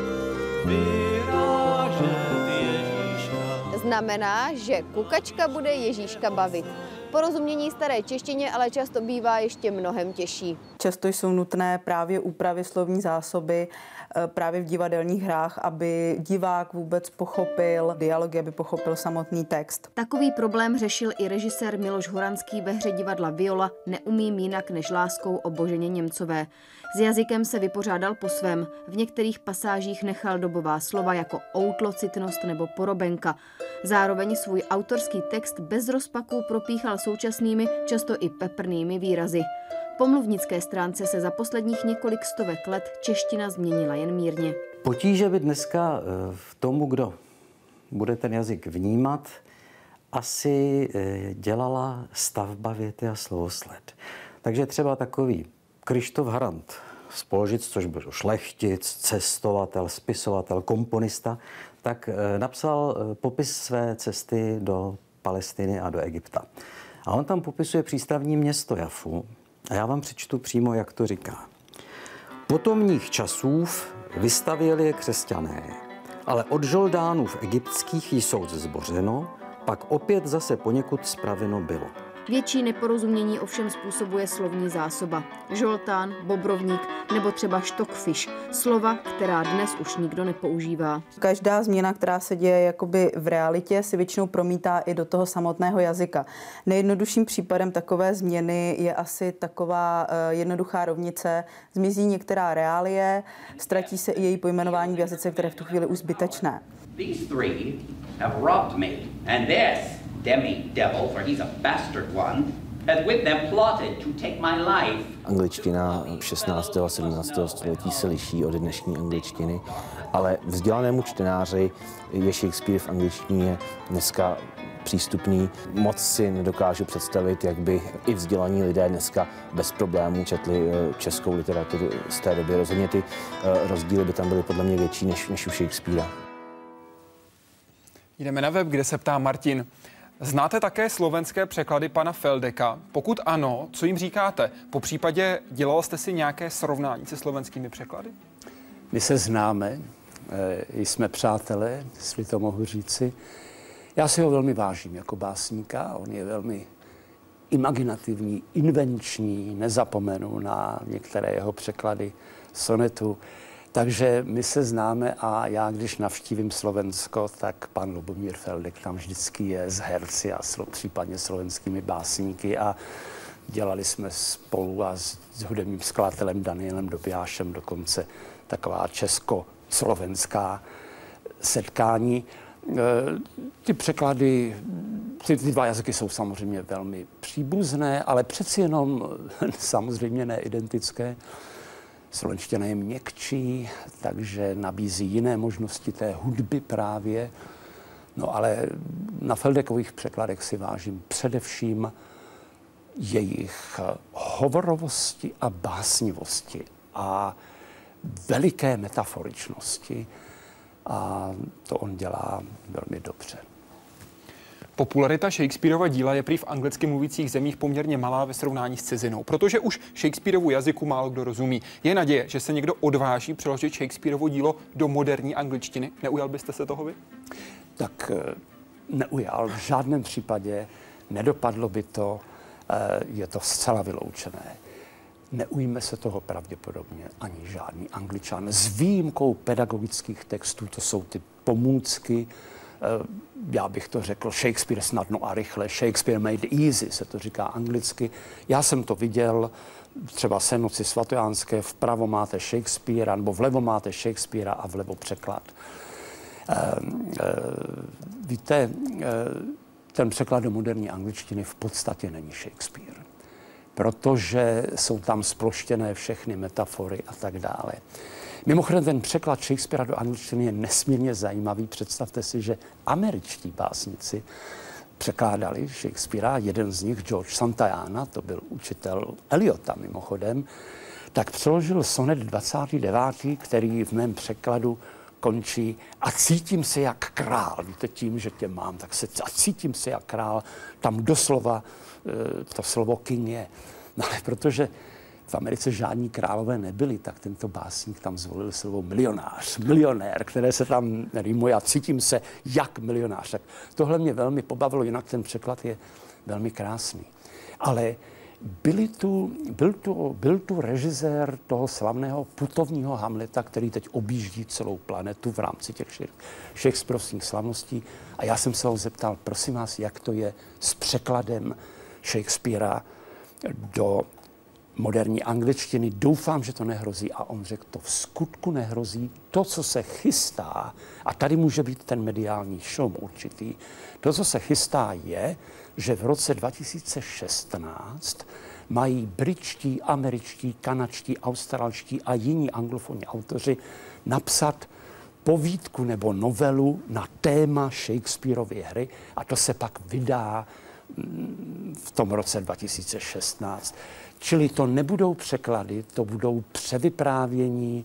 S6: znamená, že kukačka bude Ježíška bavit. Porozumění staré češtině ale často bývá ještě mnohem těžší.
S8: Často jsou nutné právě úpravy slovní zásoby právě v divadelních hrách, aby divák vůbec pochopil dialogy, aby pochopil samotný text.
S4: Takový problém řešil i režisér Miloš Horanský ve hře divadla Viola Neumím jinak než láskou o Boženě Němcové. S jazykem se vypořádal po svém. V některých pasážích nechal dobová slova jako outlocitnost nebo porobenka. Zároveň svůj autorský text bez rozpaků propíchal současnými, často i peprnými výrazy. Po mluvnické stránce se za posledních několik stovek let čeština změnila jen mírně.
S9: Potíže by dneska v tomu, kdo bude ten jazyk vnímat asi dělala stavba věty a slovosled. Takže třeba takový Krištof Harant z Polžic, což byl šlechtic, cestovatel, spisovatel, komponista, tak napsal popis své cesty do Palestiny a do Egypta. A on tam popisuje přístavní město Jafu a já vám přečtu přímo, jak to říká. Potomních časův vystavěli je křesťané, ale od žoldánů egyptských jí soud zbořeno, pak opět zase poněkud spraveno bylo.
S4: Větší neporozumění ovšem způsobuje slovní zásoba. Žoltán, bobrovník nebo třeba stockfish. Slova, která dnes už nikdo nepoužívá.
S8: Každá změna, která se děje jakoby v realitě, se většinou promítá i do toho samotného jazyka. Nejjednodušším případem takové změny je asi taková uh, jednoduchá rovnice. Zmizí některá reálie, ztratí se i její pojmenování v jazyce, které v tu chvíli už zbytečné.
S10: These three have robbed me, and this demi-devil, for he's a bastard one, has with them plotted to take my life.
S5: Angličtina šestnáctého a sedmnáctého století se liší od dnešní angličtiny, ale vzdělanému čtenáři je Shakespeare v angličtině dneska přístupný. Moc si nedokážu představit, jak by i vzdělaní lidé dneska bez problémů četli českou literaturu z té doby. Rozhodně ty rozdíly by tam byly podle mě větší než, než u Shakespearea.
S1: Jdeme na web, kde se ptá Martin. Znáte také slovenské překlady pana Feldeka? Pokud ano, co jim říkáte? Po případě dělal jste si nějaké srovnání se slovenskými překlady?
S2: My se známe, jsme přátelé, jestli to mohu říci. Já si ho velmi vážím jako básníka, on je velmi imaginativní, invenční, nezapomenu na některé jeho překlady sonetu. Takže my se známe a já, když navštívím Slovensko, tak pan Lubomír Feldek tam vždycky je s herci a slo, případně slovenskými básníky a dělali jsme spolu a s, s hudebním skladatelem Danielem Dobijášem dokonce taková česko-slovenská setkání. E, ty překlady, ty, ty dva jazyky jsou samozřejmě velmi příbuzné, ale přeci jenom samozřejmě neidentické. Slovenština je měkčí, takže nabízí jiné možnosti té hudby právě. No ale na Feldekových překladech si vážím především jejich hovorovosti a básnivosti a veliké metaforičnosti. A to on dělá velmi dobře.
S1: Popularita Shakespearova díla je prý v anglicky mluvících zemích poměrně malá ve srovnání s cizinou, protože už Shakespearovu jazyku málo kdo rozumí. Je naděje, že se někdo odváží přeložit Shakespearovo dílo do moderní angličtiny? Neujal byste se toho vy?
S2: Tak neujal. V žádném případě nedopadlo by to, je to zcela vyloučené. Neujme se toho pravděpodobně ani žádný Angličan. S výjimkou pedagogických textů, to jsou ty pomůcky, já bych to řekl, Shakespeare snadno a rychle, Shakespeare made easy, se to říká anglicky. Já jsem to viděl, třeba Senoci svatojánské, vpravo máte Shakespearea, nebo vlevo máte Shakespearea a vlevo překlad. E, e, víte, e, ten překlad do moderní angličtiny v podstatě není Shakespeare, protože jsou tam sploštěné všechny metafory a tak dále. Mimochodem, ten překlad Shakespearea do angličtiny je nesmírně zajímavý. Představte si, že američtí básníci překládali Shakespearea, jeden z nich, George Santayana, to byl učitel Eliota mimochodem, tak přeložil sonet dvacátý devátý, který v mém překladu končí a cítím se jak král. Víte, tím, že tě mám, tak se a cítím se jak král. Tam doslova to slovo king je. No ale protože v Americe žádní králové nebyli, tak tento básník tam zvolil slovo milionář, milionér, které se tam rýmuje a cítím se jak milionář. Tak tohle mě velmi pobavilo, jinak ten překlad je velmi krásný. Ale byli tu, byl, tu, byl tu režisér toho slavného putovního Hamleta, který teď objíždí celou planetu v rámci těch Shakespearovských slavností. A já jsem se ho zeptal, prosím vás, jak to je s překladem Shakespearea do moderní angličtiny. Doufám, že to nehrozí. A on řekl, to v skutku nehrozí. To, co se chystá, a tady může být ten mediální šum určitý, to, co se chystá, je, že v roce dva tisíce šestnáct mají britští, američtí, kanadští, australští a jiní anglofonní autoři napsat povídku nebo novelu na téma Shakespeareovy hry a to se pak vydá v tom roce dva tisíce šestnáct. Čili to nebudou překlady, to budou převyprávění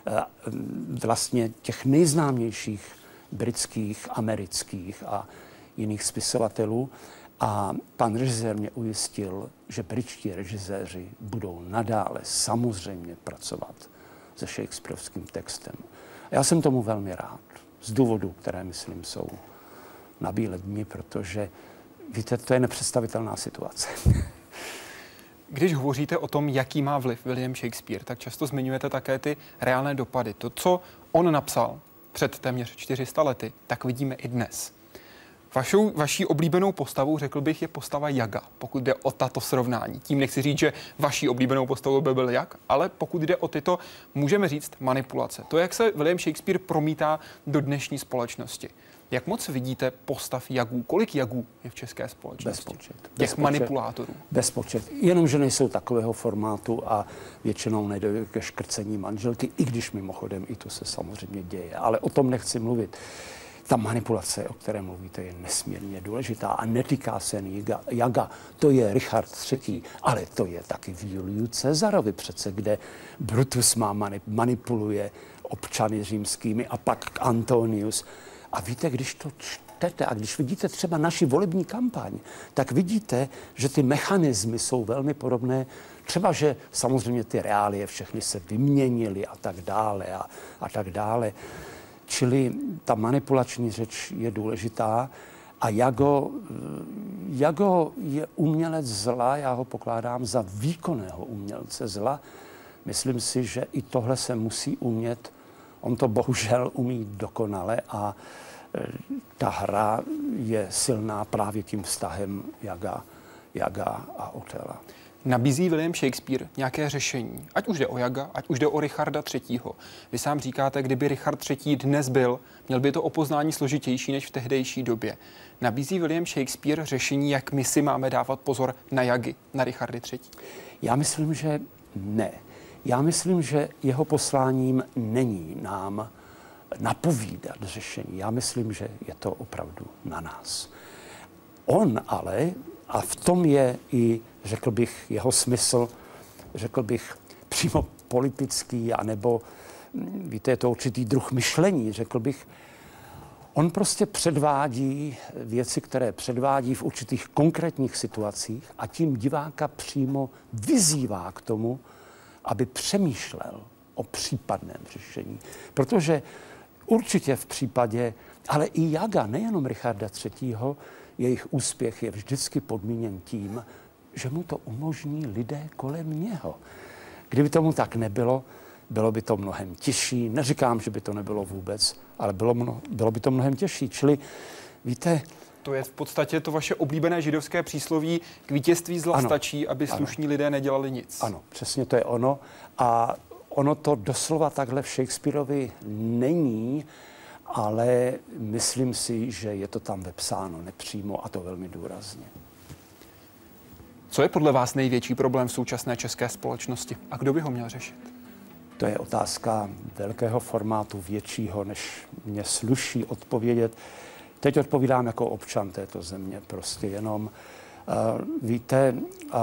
S2: vlastně těch nejznámějších britských, amerických a jiných spisovatelů. A pan režisér mě ujistil, že britští režiséři budou nadále samozřejmě pracovat se shakespearovským textem. A já jsem tomu velmi rád, z důvodů, které, myslím, jsou na bílé dni, protože, víte, to je nepředstavitelná situace.
S1: Když hovoříte o tom, jaký má vliv William Shakespeare, tak často zmiňujete také ty reálné dopady. To, co on napsal před téměř čtyři sta lety, tak vidíme i dnes. Vašou, vaší oblíbenou postavou, řekl bych, je postava Jaga, pokud jde o tato srovnání. Tím nechci říct, že vaší oblíbenou postavou by byl Jak, ale pokud jde o tyto, můžeme říct, manipulace. To, jak se William Shakespeare promítá do dnešní společnosti. Jak moc vidíte postav Jagů? Kolik Jagů je v české společnosti?
S2: Bezpočet.
S1: Těch
S2: Bezpočet.
S1: manipulátorů?
S2: Bezpočet. Jenomže nejsou takového formátu a většinou nedojde ke škrcení manželky, i když mimochodem i to se samozřejmě děje. Ale o tom nechci mluvit. Ta manipulace, o které mluvíte, je nesmírně důležitá a netýká se jen Jaga. Jaga. To je Richard třetí, ale to je taky v Juliu Cezarovi přece, kde Brutus má manipuluje občany římskými a pak Antonius. A víte, když to čtete a když vidíte třeba naši volební kampaň, tak vidíte, že ty mechanismy jsou velmi podobné. Třeba, že samozřejmě ty reálie všechny se vyměnily a tak dále a, a tak dále. Čili ta manipulační řeč je důležitá a Jago, Jago je umělec zla, já ho pokládám za výkonného umělce zla. Myslím si, že i tohle se musí umět. On to bohužel umí dokonale a ta hra je silná právě tím vztahem Jaga, Jaga a Othela.
S1: Nabízí William Shakespeare nějaké řešení? Ať už jde o Jaga, ať už jde o Richarda třetího. Vy sám říkáte, kdyby Richard třetí dnes byl, měl by to o poznání složitější než v tehdejší době. Nabízí William Shakespeare řešení, jak my si máme dávat pozor na Jagy, na Richardy třetí?
S2: Já myslím, že ne. Já myslím, že jeho posláním není nám napovídat řešení. Já myslím, že je to opravdu na nás. On ale, a v tom je i, řekl bych, jeho smysl, řekl bych, přímo politický, anebo, víte, je to určitý druh myšlení, řekl bych, on prostě předvádí věci, které předvádí v určitých konkrétních situacích a tím diváka přímo vyzývá k tomu, aby přemýšlel o případném řešení. Protože určitě v případě, ale i Jaga, nejenom Richarda třetího, jejich úspěch je vždycky podmíněn tím, že mu to umožní lidé kolem něho. Kdyby tomu tak nebylo, bylo by to mnohem těžší. Neříkám, že by to nebylo vůbec, ale bylo, mno, bylo by to mnohem těžší. Čili, víte...
S1: To je v podstatě to vaše oblíbené židovské přísloví, k vítězství zla ano, stačí, aby slušní ano. lidé nedělali nic.
S2: Ano, přesně to je ono. A ono to doslova takhle v Shakespeareovi není, ale myslím si, že je to tam vepsáno nepřímo a to velmi důrazně.
S1: Co je podle vás největší problém v současné české společnosti a kdo by ho měl řešit?
S2: To je otázka velkého formátu, většího, než mě sluší odpovědět. Teď odpovídám jako občan této země, prostě jenom. Uh, víte, uh,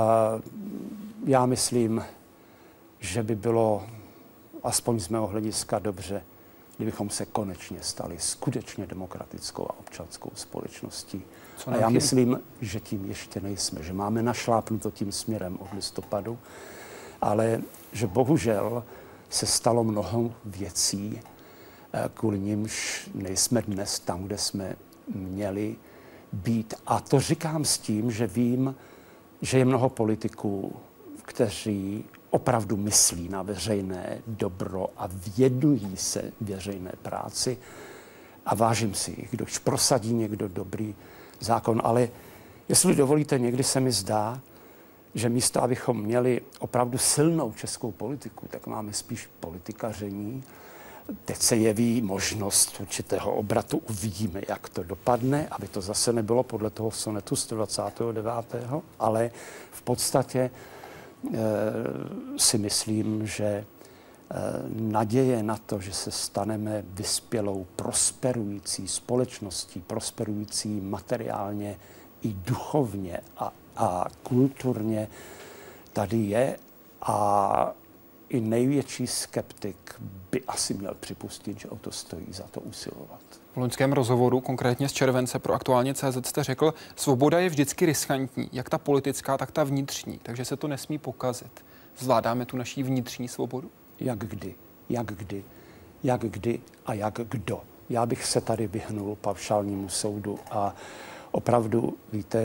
S2: já myslím, že by bylo, aspoň z mého hlediska, dobře, kdybychom se konečně stali skutečně demokratickou a občanskou společností. A já myslím, že tím ještě nejsme, že máme našlápnuto tím směrem od listopadu, ale že bohužel se stalo mnoho věcí, kvůli nimž nejsme dnes tam, kde jsme měli být. A to říkám s tím, že vím, že je mnoho politiků, kteří opravdu myslí na veřejné dobro a věnují se veřejné práci a vážím si jich, když prosadí někdo dobrý zákon. Ale jestli dovolíte, někdy se mi zdá, že místo, abychom měli opravdu silnou českou politiku, tak máme spíš politikaření. Teď se jeví možnost určitého obratu, uvidíme, jak to dopadne, aby to zase nebylo podle toho sonetu sto dvacátého devátého ale v podstatě e, si myslím, že naděje na to, že se staneme vyspělou, prosperující společností, prosperující materiálně i duchovně a, a kulturně, tady je a i největší skeptik by asi měl připustit, že o to stojí za to usilovat.
S1: V loňském rozhovoru, konkrétně z července pro Aktuálně tečka cé zet, jste řekl, svoboda je vždycky riskantní, jak ta politická, tak ta vnitřní, takže se to nesmí pokazit. Zvládáme tu naší vnitřní svobodu? Jak
S2: kdy, jak kdy, jak kdy a jak kdo. Já bych se tady vyhnul paušálnímu soudu a opravdu, víte,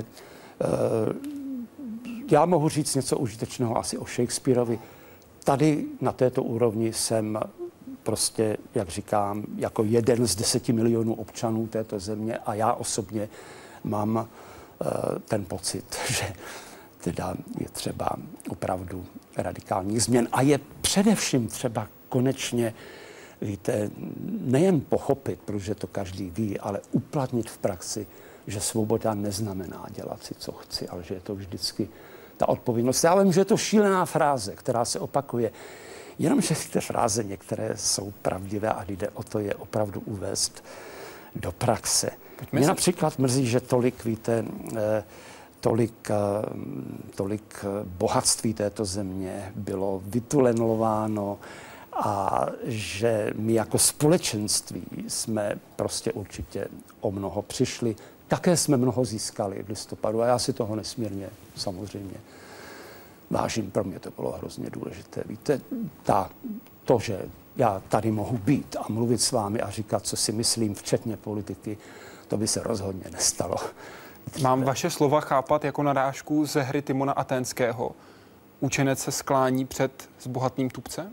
S2: já mohu říct něco užitečného asi o Shakespeareovi. Tady na této úrovni jsem prostě, jak říkám, jako jeden z deseti milionů občanů této země a já osobně mám uh, ten pocit, že teda je třeba opravdu radikálních změn a je především třeba konečně, víte, nejen pochopit, protože to každý ví, ale uplatnit v praxi, že svoboda neznamená dělat si, co chci, ale že je to vždycky ta odpovědnost. Já vím, že je to šílená fráze, která se opakuje. Jenomže ty fráze některé jsou pravdivé a jde o to je opravdu uvést do praxe. Pojďme Mě se... například mrzí, že tolik, víte, tolik, tolik bohatství této země bylo vytunelováno a že my jako společenství jsme prostě určitě o mnoho přišli. Také jsme mnoho získali v listopadu a já si toho nesmírně samozřejmě vážím. Pro mě to bylo hrozně důležité. Víte, ta, to, že já tady mohu být a mluvit s vámi a říkat, co si myslím, včetně politiky, to by se rozhodně nestalo.
S1: Mám vaše slova chápat jako narážku ze hry Timona Aténského. Učenec se sklání před zbohatným tupcem?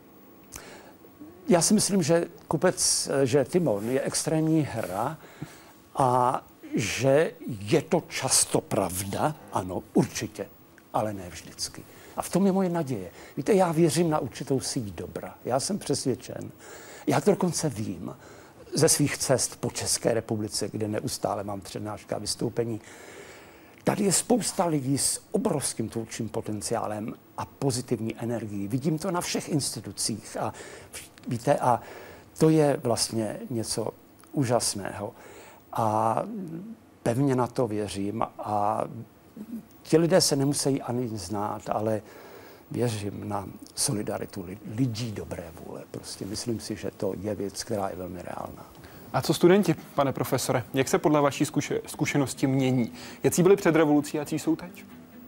S2: Já si myslím, že kupec, že Timon je extrémní hra a že je to často pravda, ano, určitě, ale ne vždycky. A v tom je moje naděje. Víte, já věřím na určitou síť dobra. Já jsem přesvědčen, já to dokonce vím ze svých cest po České republice, kde neustále mám přednáška a vystoupení. Tady je spousta lidí s obrovským tvůrčím potenciálem a pozitivní energií. Vidím to na všech institucích a víte, a to je vlastně něco úžasného. A pevně na to věřím a ti lidé se nemusí ani znát, ale věřím na solidaritu lidí dobré vůle. Prostě myslím si, že to je věc, která je velmi reálná.
S1: A co studenti, pane profesore? Jak se podle vaší zkuše, zkušenosti mění? Jací byli před revolucí, jací jsou teď?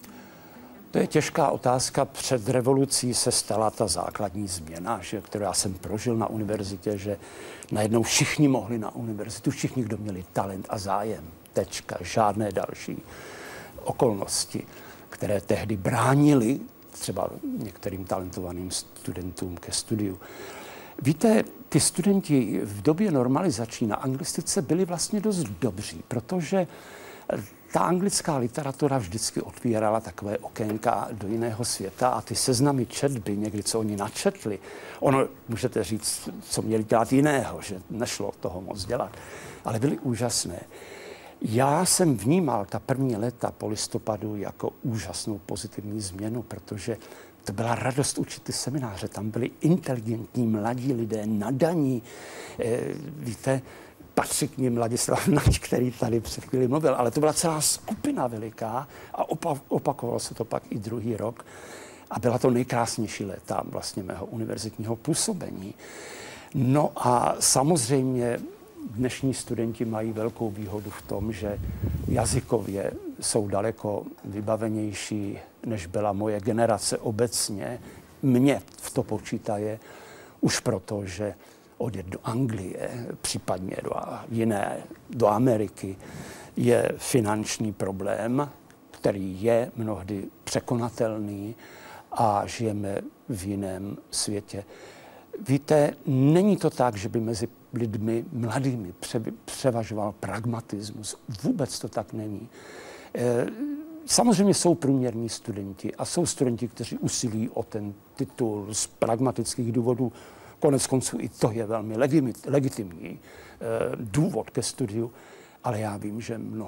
S2: To je těžká otázka. Před revolucí se stala ta základní změna, že, kterou já jsem prožil na univerzitě, že najednou všichni mohli na univerzitu, všichni, kdo měli talent a zájem. Tečka, žádné další okolnosti, které tehdy bránili třeba některým talentovaným studentům ke studiu. Víte, ty studenti v době normalizační na anglistice byli vlastně dost dobří, protože ta anglická literatura vždycky otvírala takové okénka do jiného světa a ty seznamy četby, někdy co oni načetli, ono, můžete říct, co měli dělat jiného, že nešlo toho moc dělat, ale byly úžasné. Já jsem vnímal ta první léta po listopadu jako úžasnou pozitivní změnu, protože to byla radost učit ty semináře. Tam byli inteligentní mladí lidé, nadaní. E, víte, patří k nim Ladislav Nať, který tady před chvíli mluvil, ale to byla celá skupina veliká a opa- opakovalo se to pak i druhý rok. A byla to nejkrásnější léta vlastně mého univerzitního působení. No a samozřejmě dnešní studenti mají velkou výhodu v tom, že jazykově jsou daleko vybavenější, než byla moje generace obecně. Mě v to počítaje už proto, že odjet do Anglie, případně do jiné, do Ameriky, je finanční problém, který je mnohdy překonatelný a žijeme v jiném světě. Víte, není to tak, že by mezi lidmi mladými pře- převažoval pragmatismus. Vůbec to tak není. E, samozřejmě jsou průměrní studenti a jsou studenti, kteří usilují o ten titul z pragmatických důvodů. Konec konců i to je velmi legitimní e, důvod ke studiu, ale já vím, že mnoho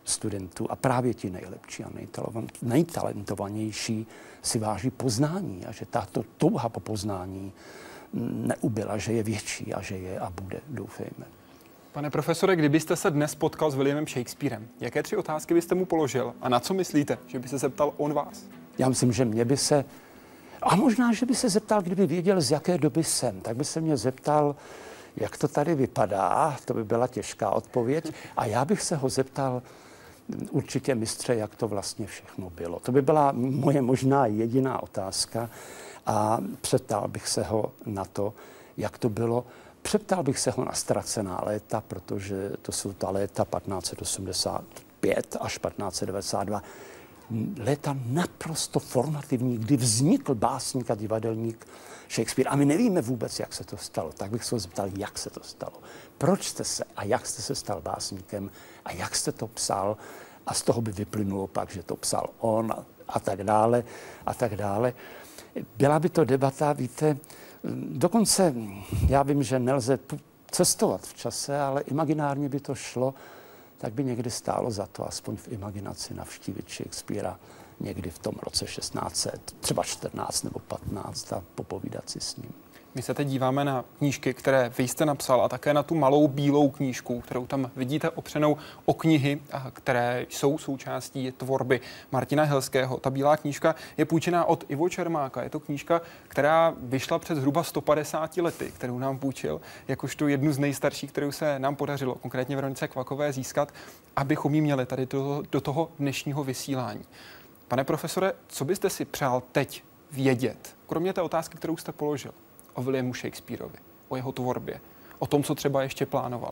S2: studentů a právě ti nejlepší a nejtalentovanější si váží poznání a že tato touha po poznání neubyla, že je větší a že je a bude, doufejme.
S1: Pane profesore, kdybyste se dnes potkal s Williamem Shakespearem, jaké tři otázky byste mu položil a na co myslíte, že by se zeptal on vás?
S2: Já myslím, že mě by se, a možná, že by se zeptal, kdyby věděl, z jaké doby jsem, tak by se mě zeptal, jak to tady vypadá, to by byla těžká odpověď, a já bych se ho zeptal, určitě mistře, jak to vlastně všechno bylo. To by byla moje možná jediná otázka a přeptal bych se ho na to, jak to bylo. Přeptal bych se ho na ztracená léta, protože to jsou ta léta patnáct set osmdesát pět až patnáct set devadesát dva. Léta naprosto formativní, kdy vznikl básník a divadelník Shakespeare. A my nevíme vůbec, jak se to stalo. Tak bych se ho zeptal, jak se to stalo. Proč jste se a jak jste se stal básníkem a jak jste to psal. A z toho by vyplynulo pak, že to psal on a, a tak dále a tak dále. Byla by to debata, víte, dokonce já vím, že nelze cestovat v čase, ale imaginárně by to šlo, tak by někdy stálo za to, aspoň v imaginaci, navštívit Shakespearea někdy v tom roce šestnáct set, třeba čtrnáct nebo patnáct a popovídat si s ním.
S1: My se teď díváme na knížky, které vy jste napsal a také na tu malou bílou knížku, kterou tam vidíte opřenou o knihy, které jsou součástí tvorby Martina Hilského. Ta bílá knížka je půjčená od Ivo Čermáka. Je to knížka, která vyšla před zhruba sto padesáti lety, kterou nám půjčil jakožto jednu z nejstarších, kterou se nám podařilo, konkrétně Veronice Kvakové, získat, abychom ji měli tady do, do toho dnešního vysílání. Pane profesore, co byste si přál teď vědět, kromě té otázky, kterou jste položil, o Williamu Shakespeareovi, o jeho tvorbě, o tom, co třeba ještě plánoval?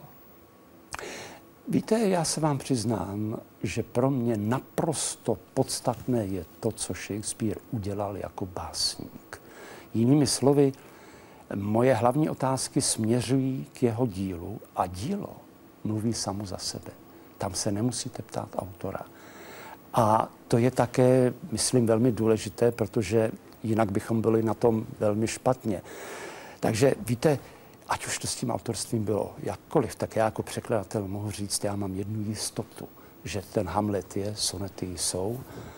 S2: Víte, já se vám přiznám, že pro mě naprosto podstatné je to, co Shakespeare udělal jako básník. Jinými slovy, moje hlavní otázky směřují k jeho dílu a dílo mluví samo za sebe. Tam se nemusíte ptát autora. A to je také, myslím, velmi důležité, protože jinak bychom byli na tom velmi špatně. Takže víte, ať už to s tím autorstvím bylo jakkoliv, tak já jako překladatel mohu říct, já mám jednu jistotu, že ten Hamlet je, sonety jsou.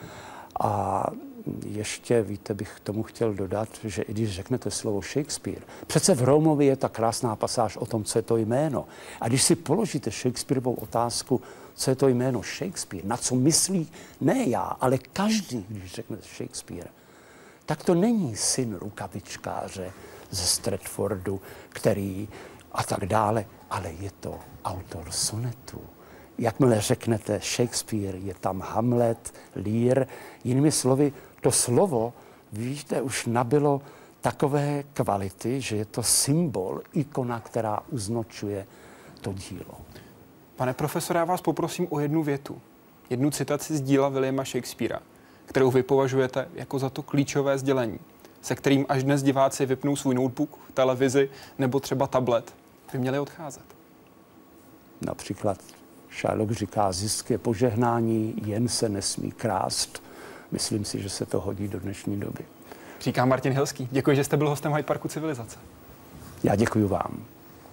S2: A ještě, víte, bych k tomu chtěl dodat, že i když řeknete slovo Shakespeare, přece v Romovi je ta krásná pasáž o tom, co je to jméno. A když si položíte Shakespeareovou otázku, co je to jméno Shakespeare, na co myslí ne já, ale každý, když řeknete Shakespeare, tak to není syn rukavičkáře ze Stratfordu, který a tak dále, ale je to autor sonetů. Jakmile řeknete Shakespeare, je tam Hamlet, Lear, jinými slovy, to slovo, víte, už nabylo takové kvality, že je to symbol, ikona, která uznačuje to dílo.
S1: Pane profesore, já vás poprosím o jednu větu, jednu citaci z díla Williama Shakespearea, kterou vy považujete jako za to klíčové sdělení, se kterým až dnes diváci vypnou svůj notebook, televizi nebo třeba tablet, by měli odcházet.
S2: Například Sherlock říká, zisk je požehnání, jen se nesmí krást. Myslím si, že se to hodí do dnešní doby.
S1: Říká Martin Hilský. Děkuji, že jste byl hostem Hyde Parku Civilizace.
S2: Já děkuji vám.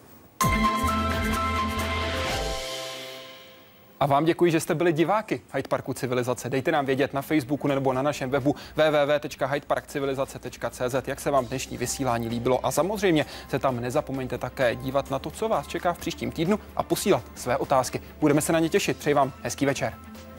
S1: A vám děkuji, že jste byli diváky Hyde Parku Civilizace. Dejte nám vědět na Facebooku nebo na našem webu w w w tečka hyde park civilizace tečka c z, jak se vám dnešní vysílání líbilo. A samozřejmě se tam nezapomeňte také dívat na to, co vás čeká v příštím týdnu a posílat své otázky. Budeme se na ně těšit. Přeji vám hezký večer.